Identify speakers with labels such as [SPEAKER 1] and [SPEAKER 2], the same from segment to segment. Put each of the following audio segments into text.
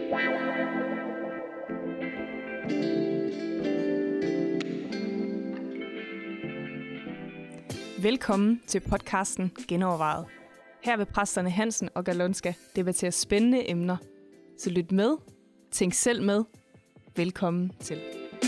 [SPEAKER 1] Velkommen til podcasten Genovervejet. Her vil præsterne Hansen og Galonska debattere spændende emner. Så lyt med, tænk selv med. Velkommen til.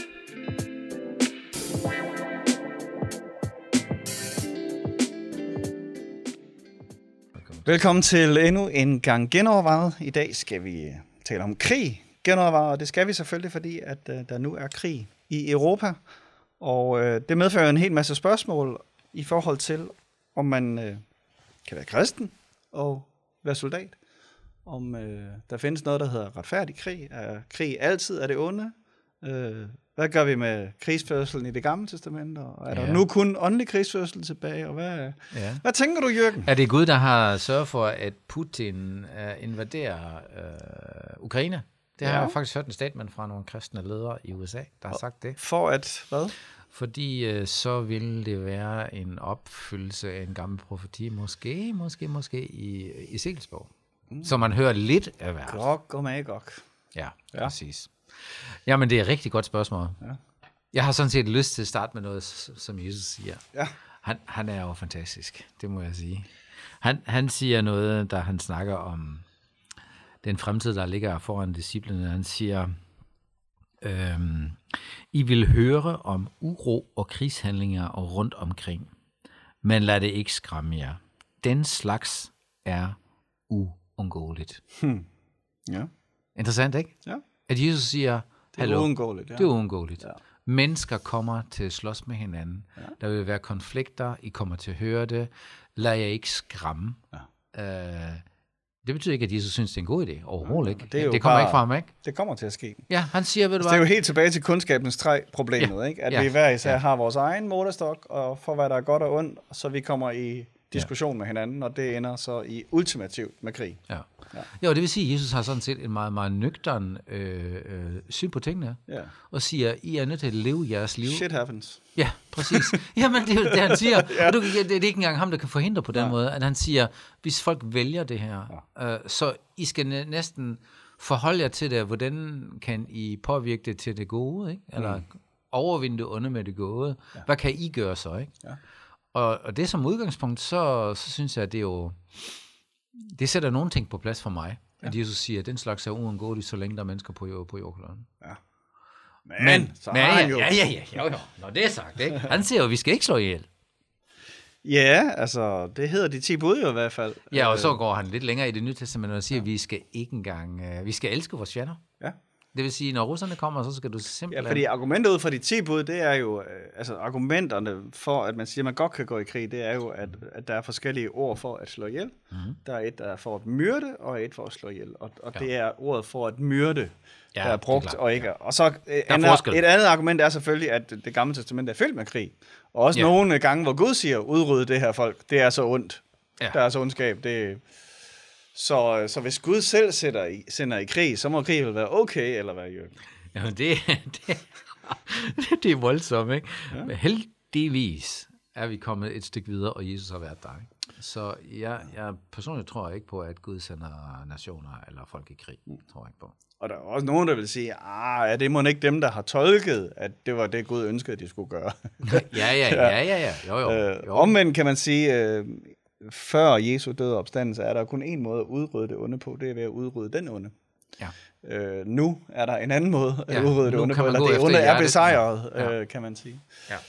[SPEAKER 2] Velkommen til endnu en gang Genovervejet. I dag skal vi tale om krig. Genovervejet, og det skal vi selvfølgelig, fordi at der nu er krig i Europa. Og det medfører en hel masse spørgsmål i forhold til, om man kan være kristen og være soldat. Om der findes noget, der hedder retfærdig krig. Er krig altid af det onde? Hvad gør vi med krigsførselen i Det Gamle Testamente? Og er der nu kun åndelig krigsførsel tilbage? Og hvad tænker du, Jørgen?
[SPEAKER 3] Er det Gud, der har sørget for, at Putin invaderer Ukraine? Det har jeg faktisk hørt en statement fra nogle kristne ledere i USA, der har sagt det.
[SPEAKER 2] For at hvad?
[SPEAKER 3] Fordi så vil det være en opfyldelse af en gammel profeti, måske i Segelsbog. Så man hører lidt af hvert.
[SPEAKER 2] Gog og Magog.
[SPEAKER 3] Ja, præcis. Jamen, det er et rigtig godt spørgsmål. Ja. Jeg har sådan set lyst til at starte med noget, som Jesus siger. Ja. Han er jo fantastisk, det må jeg sige. Han siger noget, da han snakker om den fremtid, der ligger foran disciplene. Han siger, I vil høre om uro og krigshandlinger og rundt omkring, men lad det ikke skræmme jer. Den slags er uundgåeligt.
[SPEAKER 2] Ja.
[SPEAKER 3] Interessant, ikke?
[SPEAKER 2] Ja.
[SPEAKER 3] At Jesus siger,
[SPEAKER 2] det er uundgåeligt. Ja.
[SPEAKER 3] Det er uundgåeligt. Ja. Mennesker kommer til at slås med hinanden. Ja. Der vil være konflikter. I kommer til at høre det. Lad jer ikke skræmme. Ja. Det betyder ikke, at Jesus synes, det er en god idé. Overhovedet ikke. Det kommer ikke fra ham, ikke?
[SPEAKER 2] Det kommer til at ske.
[SPEAKER 3] Ja, han siger, ved du
[SPEAKER 2] hvad? Det er jo helt tilbage til kundskabens træ-problemet, ikke? At vi hver især har vores egen målestok, og for hvad der er godt og ondt, så vi kommer i diskussion med hinanden, og det ender så i ultimativt med krig.
[SPEAKER 3] Ja. Ja, og det vil sige, at Jesus har sådan set en meget, meget nøgtern syn på tingene, og siger, I er nødt til at leve jeres liv.
[SPEAKER 2] Shit happens.
[SPEAKER 3] Ja, præcis. Jamen, det er jo det, han siger. Og det er ikke engang ham, der kan forhindre på den måde, at han siger, hvis folk vælger det her, så I skal næsten forholde jer til det, hvordan kan I påvirke det til det gode, ikke? Eller overvinde det onde med det gode. Ja. Hvad kan I gøre så, ikke? Ja. Og det som udgangspunkt, så synes jeg, at det er jo, det sætter nogle ting på plads for mig, at Jesus siger, at den slags er uundgåeligt, så længe der er mennesker på jordkloden. Ja. Men så har han jo. Jo. Når det er sagt, ikke? Han siger jo, at vi skal ikke slå ihjel.
[SPEAKER 2] Ja, altså, det hedder de 10 bud jo i hvert fald.
[SPEAKER 3] Ja, og så går han lidt længere i Det Nye Testament og siger, at vi skal ikke engang, vi skal elske vores fjender. Ja. Det vil sige, når russerne kommer, så skal du simpelthen...
[SPEAKER 2] Ja, fordi argumentet ud fra de 10 bud, det er jo... Altså, argumenterne for, at man siger, at man godt kan gå i krig, det er jo, at der er forskellige ord for at slå ihjel. Mm-hmm. Der er et, der er for at myrde, og et for at slå ihjel. Og det er ordet for at myrde, der er brugt, og ikke... Og så et andet argument er selvfølgelig, at Det Gamle Testament er fyldt med krig. Og også nogle gange, hvor Gud siger, udrydde det her folk, det er så ondt. Ja. Der er så ondskab, det... Så hvis Gud selv sender i krig, så må krig vel være okay, eller hvad, Jørgen?
[SPEAKER 3] Jamen, det er voldsomt, ikke? Ja. Men heldigvis er vi kommet et stykke videre, og Jesus har været der, ikke? Så jeg personligt tror ikke på, at Gud sender nationer eller folk i krig. Tror jeg ikke på.
[SPEAKER 2] Og der er også nogen, der vil sige, det må ikke dem, der har tolket, at det var det, Gud ønskede, at de skulle gøre.
[SPEAKER 3] Ja. Jo.
[SPEAKER 2] Omvendt kan man sige... Før Jesu død og opstandelse er der kun en måde at udrydde det onde på, det er ved at udrydde den onde. Ja. Nu er der en anden måde at udrydde det onde på, eller det onde er besejret, kan man sige.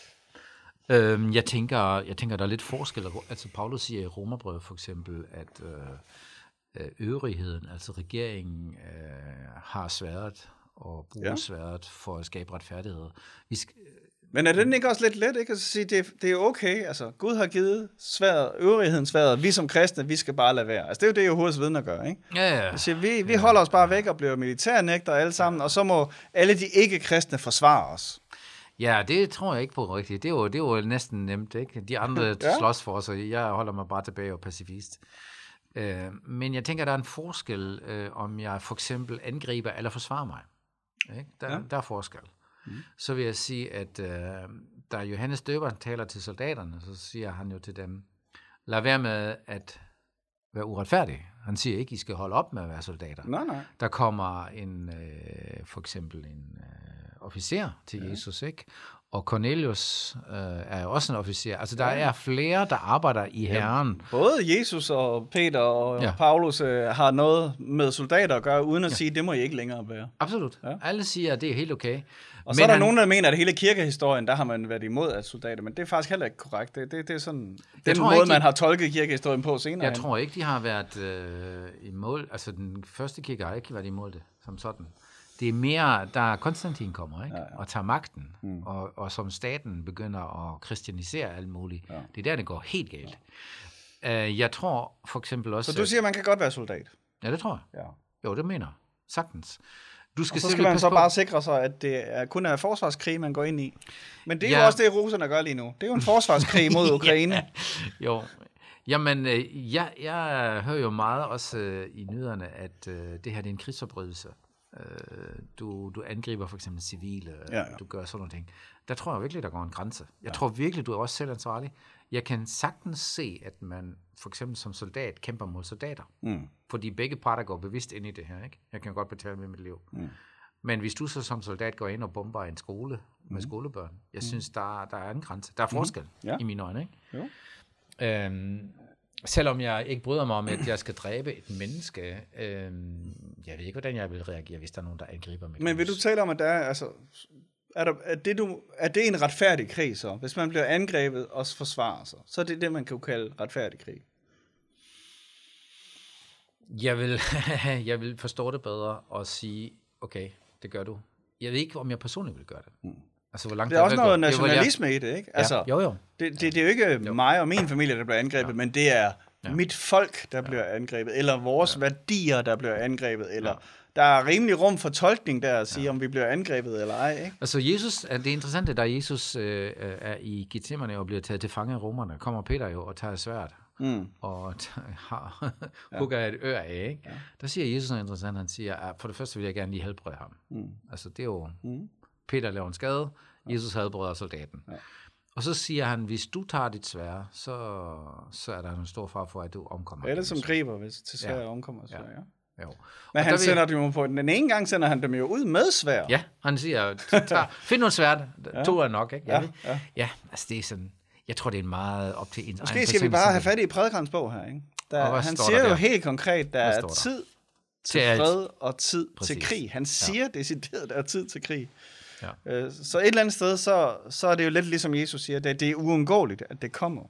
[SPEAKER 3] Ja. Jeg tænker, der er lidt forskel. Altså Paulus siger i Romerbrevet for eksempel, at øvrigheden, altså regeringen, har sværet og bruger sværet for at skabe retfærdighed.
[SPEAKER 2] Men er den ikke også lidt let, ikke? At sige, det er okay, altså Gud har givet sværet, øvrigheden sværet, vi som kristne, vi skal bare lade være. Altså det er jo det, Jehovas vidner gør, ikke? Ja. Så vi holder os bare væk og bliver militærnægter alle sammen, og så må alle de ikke-kristne forsvare os.
[SPEAKER 3] Ja, det tror jeg ikke på rigtigt. Det er jo næsten nemt, ikke? De andre slås for os, og jeg holder mig bare tilbage og pacifist. Men jeg tænker, der er en forskel, om jeg for eksempel angriber eller forsvarer mig. Ikke? Der er forskel. Så vil jeg sige, at da Johannes Døber taler til soldaterne, så siger han jo til dem, lad være med at være uretfærdig. Han siger ikke, I skal holde op med at være soldater.
[SPEAKER 2] Nej.
[SPEAKER 3] Der kommer for eksempel en officer til Jesus, ikke? Og Cornelius er jo også en officer. Altså, der er flere, der arbejder i Herren.
[SPEAKER 2] Både Jesus og Peter og Paulus har noget med soldater at gøre, uden at sige, det må I ikke længere være.
[SPEAKER 3] Absolut. Ja. Alle siger, at det er helt okay.
[SPEAKER 2] Og så er der nogen, der mener, at hele kirkehistorien, der har man været imod af soldater, men det er faktisk heller ikke korrekt. Det er sådan den måde, man har tolket kirkehistorien på senere.
[SPEAKER 3] Jeg tror ikke, de har været imod. Altså, den første kirke har ikke været imod det, som sådan. Det er mere, da Konstantin kommer, ikke? Og tager magten, og som staten begynder at kristianisere alt muligt. Ja. Det er der, det går helt galt. Jeg tror for eksempel også...
[SPEAKER 2] Så du siger, at man kan godt være soldat?
[SPEAKER 3] Ja, det tror jeg. Ja. Jo, det mener jeg. Sagtens.
[SPEAKER 2] Og så skal man så bare sikre sig, at det kun er forsvarskrig, man går ind i. Men det er jo også det, russerne gør lige nu. Det er jo en forsvarskrig mod Ukraine.
[SPEAKER 3] Jo. Jamen, jeg hører jo meget også i nyhederne, at det her det er en krigsforbrydelse. Du angriber for eksempel civile, du gør sådan nogle ting. Der tror jeg virkelig, der går en grænse. Jeg tror virkelig, du er også selv ansvarlig. Jeg kan sagtens se, at man for eksempel som soldat kæmper mod soldater. Fordi begge parter går bevidst ind i det her, ikke? Jeg kan godt betale med mit liv. Men hvis du så som soldat går ind og bomber en skole med skolebørn, jeg synes, der er en grænse. Der er forskel i mine øjne, ikke? Jo. Selvom jeg ikke bryder mig om, at jeg skal dræbe et menneske, jeg ved ikke, hvordan jeg vil reagere, hvis der er nogen, der angriber mig.
[SPEAKER 2] Men vil du tale om, at der er, altså, er det en retfærdig krig så? Hvis man bliver angrebet og forsvarer sig, så er det det, man kan kalde retfærdig krig?
[SPEAKER 3] Jeg vil forstå det bedre og sige, okay, det gør du. Jeg ved ikke, om jeg personligt vil gøre det. Altså, hvor langt
[SPEAKER 2] det er også noget nationalisme i det, ikke? Altså,
[SPEAKER 3] jo.
[SPEAKER 2] Det er jo ikke mig og min familie, der bliver angrebet, men det er mit folk, der bliver angrebet, eller vores værdier, der bliver angrebet, eller der er rimelig rum for tolkning der at sige, om vi bliver angrebet eller ej, ikke?
[SPEAKER 3] Altså, Jesus, det er interessant, da Jesus er i Gethsemane og bliver taget til fange af romerne, kommer Peter jo og tager svært og hugger et ør af, ikke? Ja. Der siger Jesus noget interessant, han siger, at for det første vil jeg gerne lige helbrede ham. Altså, det er jo... Peter laver en skade, Jesus helbreder soldaten. Ja. Og så siger han, hvis du tager dit sværd, så er der en stor far for, at du omkommer.
[SPEAKER 2] Eller som griber, hvis til sværd omkommer. Så,
[SPEAKER 3] Jo.
[SPEAKER 2] Men han sender dem jo på den ene gang, sender han dem jo ud med sværd.
[SPEAKER 3] Ja, han siger, find nogle sværd, 2 er nok, ikke? Ja, altså det er sådan, jeg tror, det er meget op til en.
[SPEAKER 2] Måske skal vi bare have fat i Prædikernes bog her, ikke? Han siger jo helt konkret, der er tid til fred og tid til krig. Han siger decideret, der er tid til krig. Ja. Så et eller andet sted, så er det jo lidt ligesom Jesus siger, det er uundgåeligt, at det kommer.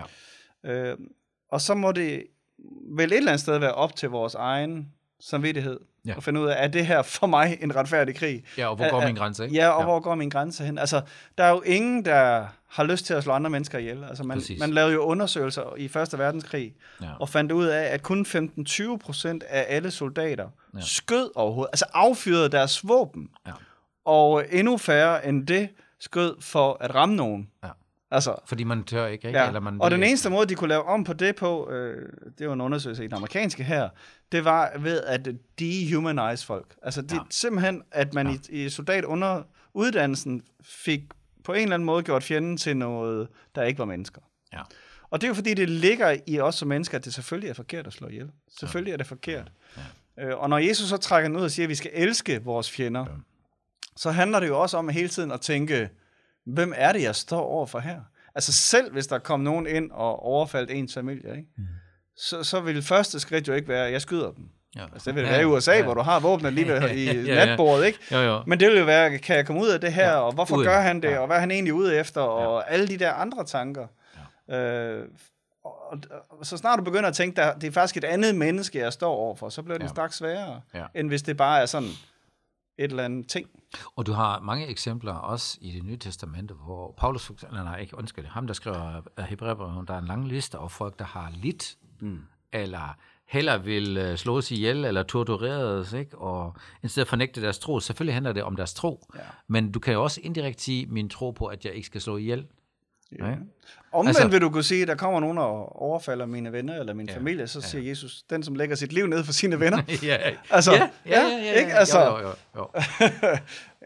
[SPEAKER 2] Ja. Og så må det vel et eller andet sted være op til vores egen samvittighed, og finde ud af, er det her for mig en retfærdig krig?
[SPEAKER 3] Ja, og hvor går min grænse, ikke?
[SPEAKER 2] Ja, og hvor går min grænse hen? Altså, der er jo ingen, der har lyst til at slå andre mennesker ihjel. Altså, man lavede jo undersøgelser i 1. verdenskrig, og fandt ud af, at kun 15-20% af alle soldater skød overhovedet, altså affyrede deres våben. Ja. Og endnu færre end det skød for at ramme nogen. Ja. Altså,
[SPEAKER 3] fordi man tør ikke? Eller man
[SPEAKER 2] og den eneste måde, de kunne lave om på det på, det var en undersøgelse i den amerikanske her, det var ved at dehumanize folk. Altså simpelthen, at man i soldat under uddannelsen fik på en eller anden måde gjort fjenden til noget, der ikke var mennesker. Ja. Og det er jo fordi, det ligger i os som mennesker, at det selvfølgelig er forkert at slå ihjel. Selvfølgelig er det forkert. Ja. Og når Jesus så trækker den ud og siger, at vi skal elske vores fjender, så handler det jo også om hele tiden at tænke, hvem er det, jeg står overfor her? Altså selv hvis der kom nogen ind og overfaldt ens familie, ikke? Så vil første skridt jo ikke være, at jeg skyder dem. Ja. Altså det vil være i USA, hvor du har våbnet lige i natbordet, ikke? Jo. Men det vil jo være, kan jeg komme ud af det her, og hvorfor gør han det, og hvad er han egentlig ude efter, og alle de der andre tanker. Ja. Og så snart du begynder at tænke, det er faktisk et andet menneske, jeg står overfor, så bliver det straks sværere, end hvis det bare er sådan et eller andet ting.
[SPEAKER 3] Og du har mange eksempler også i Det Nye Testamente, hvor Paulus, ham der skriver Hebræerbrevet, der er en lang liste af folk, der har lidt, eller heller vil slås ihjel, eller tortureres, ikke? Og i stedet fornægte deres tro. Selvfølgelig handler det om deres tro, men du kan jo også indirekte sige min tro på, at jeg ikke skal slå ihjel.
[SPEAKER 2] Ja. Omvendt vil du kunne sige, at der kommer nogen og overfalder mine venner eller min familie, så siger Jesus, den som lægger sit liv ned for sine venner.
[SPEAKER 3] Altså,
[SPEAKER 2] ikke? Altså,
[SPEAKER 3] jo.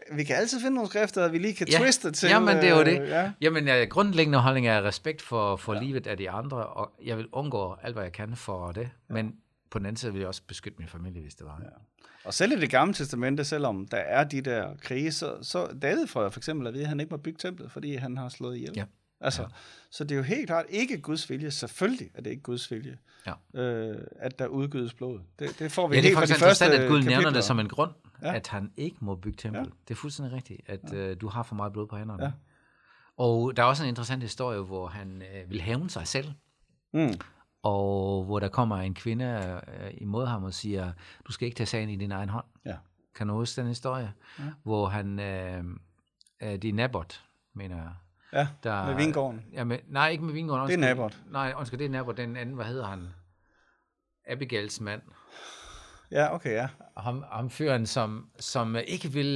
[SPEAKER 2] vi kan altid finde nogle skrifter, vi lige kan twiste til.
[SPEAKER 3] Jamen, det er jo det. Ja. Jamen, grundlæggende holdning er respekt for livet af de andre, og jeg vil undgå alt, hvad jeg kan for det. Ja. Men på den anden side vil jeg også beskytte min familie, hvis det var. Ja.
[SPEAKER 2] Og selv i det gamle testamente, selvom der er de der krige, så David får for eksempel at vide, at han ikke må bygge templet, fordi han har slået ihjel. Ja. Altså, så det er jo helt klart ikke Guds vilje. Selvfølgelig er det ikke Guds vilje, at der udgydes blod. Det får vi helt fra de første kapitler. Det er faktisk interessant,
[SPEAKER 3] at Gud nævner det som en grund, at han ikke må bygge tempel. Ja. Det er fuldstændig rigtigt, at du har for meget blod på hænderne. Ja. Og der er også en interessant historie, hvor han vil hævne sig selv. Og hvor der kommer en kvinde imod ham og siger, du skal ikke tage sagen i din egen hånd. Ja. Kan du huske den historie? Ja. Hvor han, det er Nabot, mener jeg.
[SPEAKER 2] Ja, der, med vingården.
[SPEAKER 3] Ja, nej, ikke med vingården.
[SPEAKER 2] Det er Nabot.
[SPEAKER 3] Nej, det er Nabot. Den anden, hvad hedder han? Abigails mand.
[SPEAKER 2] Ja, okay, ja.
[SPEAKER 3] Ham fyren, som ikke vil...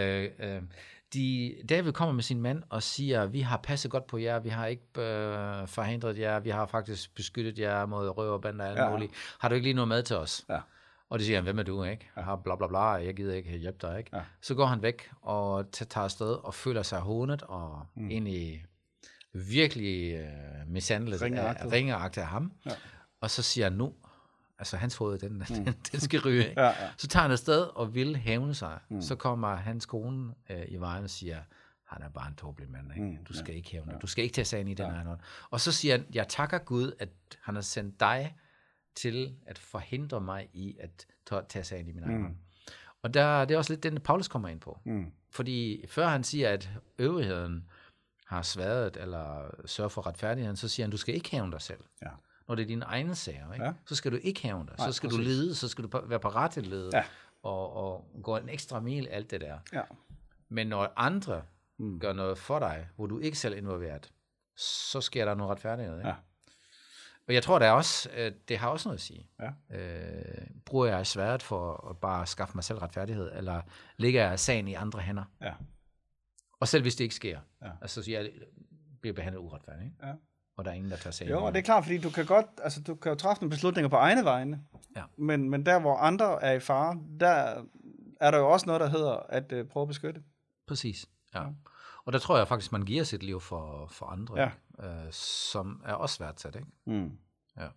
[SPEAKER 3] David kommer med sin mand og siger, vi har passet godt på jer, vi har ikke forhindret jer, vi har faktisk beskyttet jer mod røverbander og alt muligt. Har du ikke lige noget mad til os? Ja. Og det siger han, hvem er du, ikke? Jeg har bla bla bla, jeg gider ikke hjælpe dig, ikke? Ja. Så går han væk og tager afsted og føler sig hånet og egentlig virkelig mishandlet, ringeagtet af ham. Ja. Og så siger han nu, altså hans hoved, den skal ryge, ikke? Ja. Så tager han afsted og vil hævne sig. Så kommer hans kone i vejen og siger, han er bare en tåbelig mand, ikke? Du skal ikke hævne, du skal ikke tage sagen i den her hånd. Og så siger han, jeg takker Gud, at han har sendt dig til at forhindre mig i at tage sagen i min egen hånd. Og det er også lidt den, Paulus kommer ind på. Fordi før han siger, at øvrigheden har sværet eller sørger for retfærdigheden, så siger han, du skal ikke hævne dig selv. Ja. Når det er dine egne sager, ikke? Ja. Så skal du ikke hævne dig. Så skal du lede, så skal du være parat til at lede, og gå en ekstra mil, alt det der. Ja. Men når andre gør noget for dig, hvor du ikke selv er involveret, så sker der noget retfærdighed. Ikke? Ja. Og jeg tror, det har også noget at sige. Ja. Bruger jeg svært for at bare skaffe mig selv retfærdighed, eller ligger jeg sagen i andre hænder? Ja. Og selv hvis det ikke sker, altså så jeg bliver behandlet uretfærdigt, ikke? Ja. Og der er ingen, der tager sagen.
[SPEAKER 2] Jo, og det er klart, fordi du kan jo træffe nogle beslutninger på egne vegne, men der, hvor andre er i fare, der er der jo også noget, der hedder at prøve at beskytte.
[SPEAKER 3] Præcis, ja. Og der tror jeg faktisk, man giver sit liv for andre, som er også værdsat, ikke? Ja.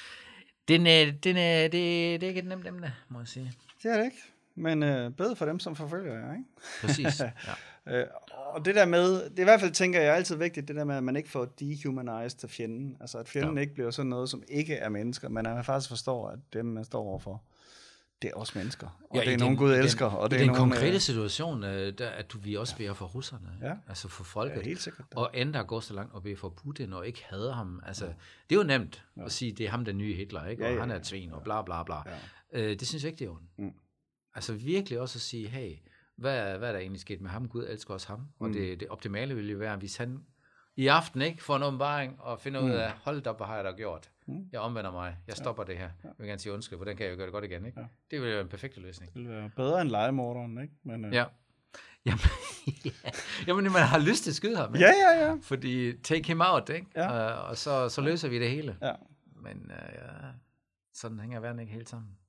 [SPEAKER 3] Det er ikke et nemt emne, må jeg sige.
[SPEAKER 2] Det er det ikke, men bedre for dem, som forfølger jer, ikke?
[SPEAKER 3] Præcis, ja.
[SPEAKER 2] Og det der med, det er i hvert fald, tænker jeg, altid vigtigt, det der med, at man ikke får dehumanized til fjenden. Altså, at fjenden ikke bliver sådan noget, som ikke er mennesker, men at man faktisk forstår, at dem, man står overfor, det er også mennesker. Og det er nogen, Gud elsker. Og det er
[SPEAKER 3] en konkrete situation, at vi også beder for russerne. Altså for folket.
[SPEAKER 2] Helt sikkert.
[SPEAKER 3] Og endda går så langt og beder for Putin, og ikke hader ham. Altså, det er jo nemt at sige, det er ham, den nye Hitler, ikke? Og han er et svin, og bla bla bla. Det synes jeg ikke, det er ondt. Altså virkelig også at sige, hey, hvad er der egentlig sket med ham? Gud elsker også ham. Og det optimale ville jo være, hvis han i aften ikke får en åbenbaring og finder ud af, hold op, hvad har jeg da gjort? Jeg omvender mig. Jeg stopper det her. Jeg vil gerne sige undskyld, hvordan kan jeg jo gøre det godt igen? Ikke? Det ville være en perfekt løsning. Det
[SPEAKER 2] ville være bedre end legemorderen, ikke? Men,
[SPEAKER 3] Ja. Jamen, man har lyst til at skyde ham.
[SPEAKER 2] Ikke? Ja.
[SPEAKER 3] Fordi take him out, ikke? Ja. Og så løser vi det hele. Ja. Men sådan hænger verden ikke helt sammen.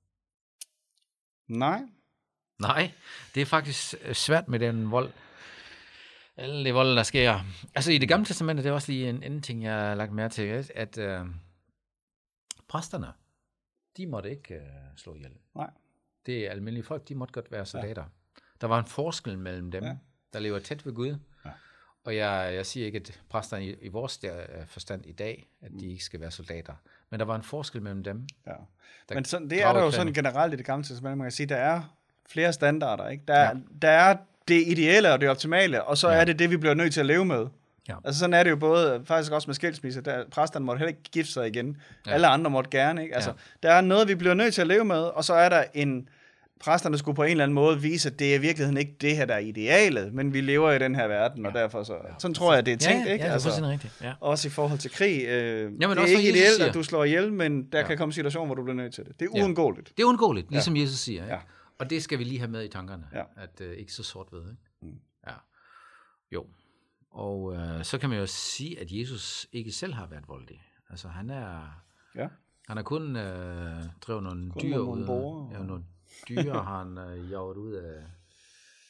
[SPEAKER 3] Nej, det er faktisk svært med den vold. Alle de vold, der sker. Altså i det gamle testamente, det er også lige en anden ting, jeg har lagt mærke til, at præsterne, de måtte ikke slå ihjel. Nej. Det er almindelige folk, de måtte godt være soldater. Ja. Der var en forskel mellem dem, der lever tæt ved Gud. Ja. Og jeg siger ikke, at præsterne i vores forstand i dag, at de ikke skal være soldater. Men der var en forskel mellem dem. Ja.
[SPEAKER 2] Men sådan, det er der jo sådan generelt i det gamle testamente, man kan sige, der er flere standarder, ikke? Der er det ideelle og det optimale, og så er det, vi bliver nødt til at leve med. Ja. Altså sådan er det jo både, faktisk også med skilsmisse, der præsterne måtte heller ikke gifte sig igen. Ja. Alle andre måtte gerne, ikke? Altså, der er noget, vi bliver nødt til at leve med, og så er der præsterne skulle på en eller anden måde vise, at det er i virkeligheden ikke det her, der er idealet, men vi lever i den her verden, og derfor sådan tror jeg, det er tænkt, ikke?
[SPEAKER 3] Ja, det er fuldstændig rigtigt. Ja.
[SPEAKER 2] Også i forhold til krig. Det er ikke ideelt, at du slår ihjel, men der kan komme situationer, hvor du bliver nødt til det. Det er uundgåeligt.
[SPEAKER 3] Det er uundgåeligt, ligesom Jesus siger, ikke? Ja. Og det skal vi lige have med i tankerne, at ikke så sort ved, ikke? Ja. Jo. Og så kan man jo sige, at Jesus ikke selv har været voldelig. Altså han har kun drevet nogle dyr ud. Nogle dyr har han jaget ud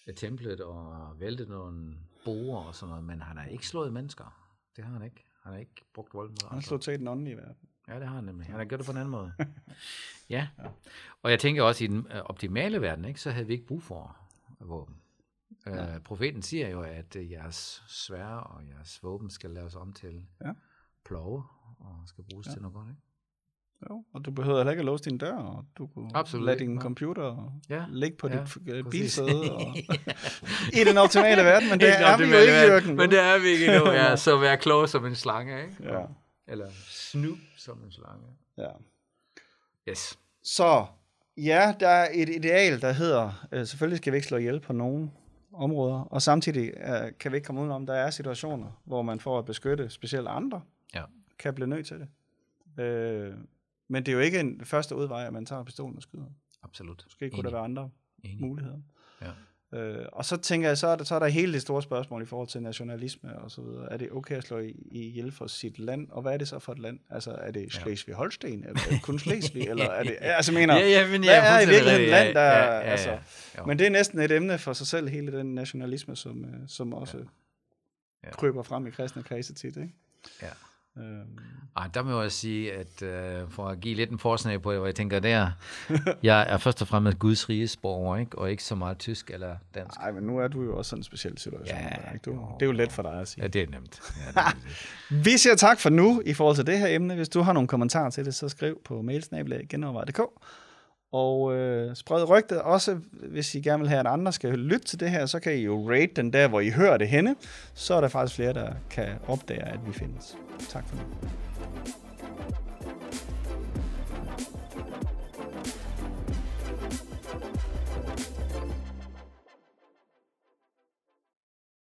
[SPEAKER 3] templet og væltet nogle boer og sådan noget, men han har ikke slået mennesker. Det har han ikke. Han har ikke brugt vold mod andre.
[SPEAKER 2] Han har slået til den åndelige verden.
[SPEAKER 3] Ja, det har han nemlig. Han har gjort det på en anden måde. Ja. Og jeg tænker også, i den optimale verden, ikke, så havde vi ikke brug for våben. Profeten siger jo, at jeres sværd og jeres våben skal laves om til plove og skal bruges til noget godt, ikke?
[SPEAKER 2] Jo, og du behøver heller ikke at låse din dør, og du kunne lade din computer ligge på dit bilsæde og i den optimale verden, men det er vi jo ikke, Jørgen.
[SPEAKER 3] Men det er vi ikke endnu, ja. Så vær klog som en slange, ikke? Ja. Eller snup som en slange.
[SPEAKER 2] Ja.
[SPEAKER 3] Yes.
[SPEAKER 2] Så, ja, der er et ideal, der hedder, selvfølgelig skal vi ikke slå ihjel på nogen områder, og samtidig kan vi ikke komme udenom, der er situationer, hvor man for at beskytte specielt andre, kan blive nødt til det. Men det er jo ikke en første udvej, at man tager pistolen og skyder.
[SPEAKER 3] Absolut.
[SPEAKER 2] Måske kunne der være andre muligheder.
[SPEAKER 3] Ja.
[SPEAKER 2] Og så tænker jeg, så er der hele det store spørgsmål i forhold til nationalisme og så videre. Er det okay at slå ihjel for sit land? Og hvad er det så for et land? Altså, er det Slesvig-Holsten? Eller er det kun Slesvig? Eller er det, altså, mener, hvad er i virkeligheden et land, der... Men det er næsten et emne for sig selv, hele den nationalisme, som også kryber frem i kristne kredse tit, ikke?
[SPEAKER 3] Ja. Der må jeg sige, at for at give lidt en forsnag på det, hvor jeg tænker der, jeg er først og fremmest Guds riges borger, ikke? Og ikke så meget tysk eller dansk.
[SPEAKER 2] Nej, men nu er du jo også sådan en speciel situation. Ja, ikke? Det er jo let for dig at sige.
[SPEAKER 3] Ja, det er nemt.
[SPEAKER 2] Vi siger tak for nu i forhold til det her emne. Hvis du har nogle kommentarer til det, så skriv på mailsnabelag@genovervejet.dk. Og spred rygtet også, hvis I gerne vil have, at andre skal lytte til det her, så kan I jo rate den der, hvor I hører det henne. Så er der faktisk flere, der kan opdage, at vi findes. Tak for nu.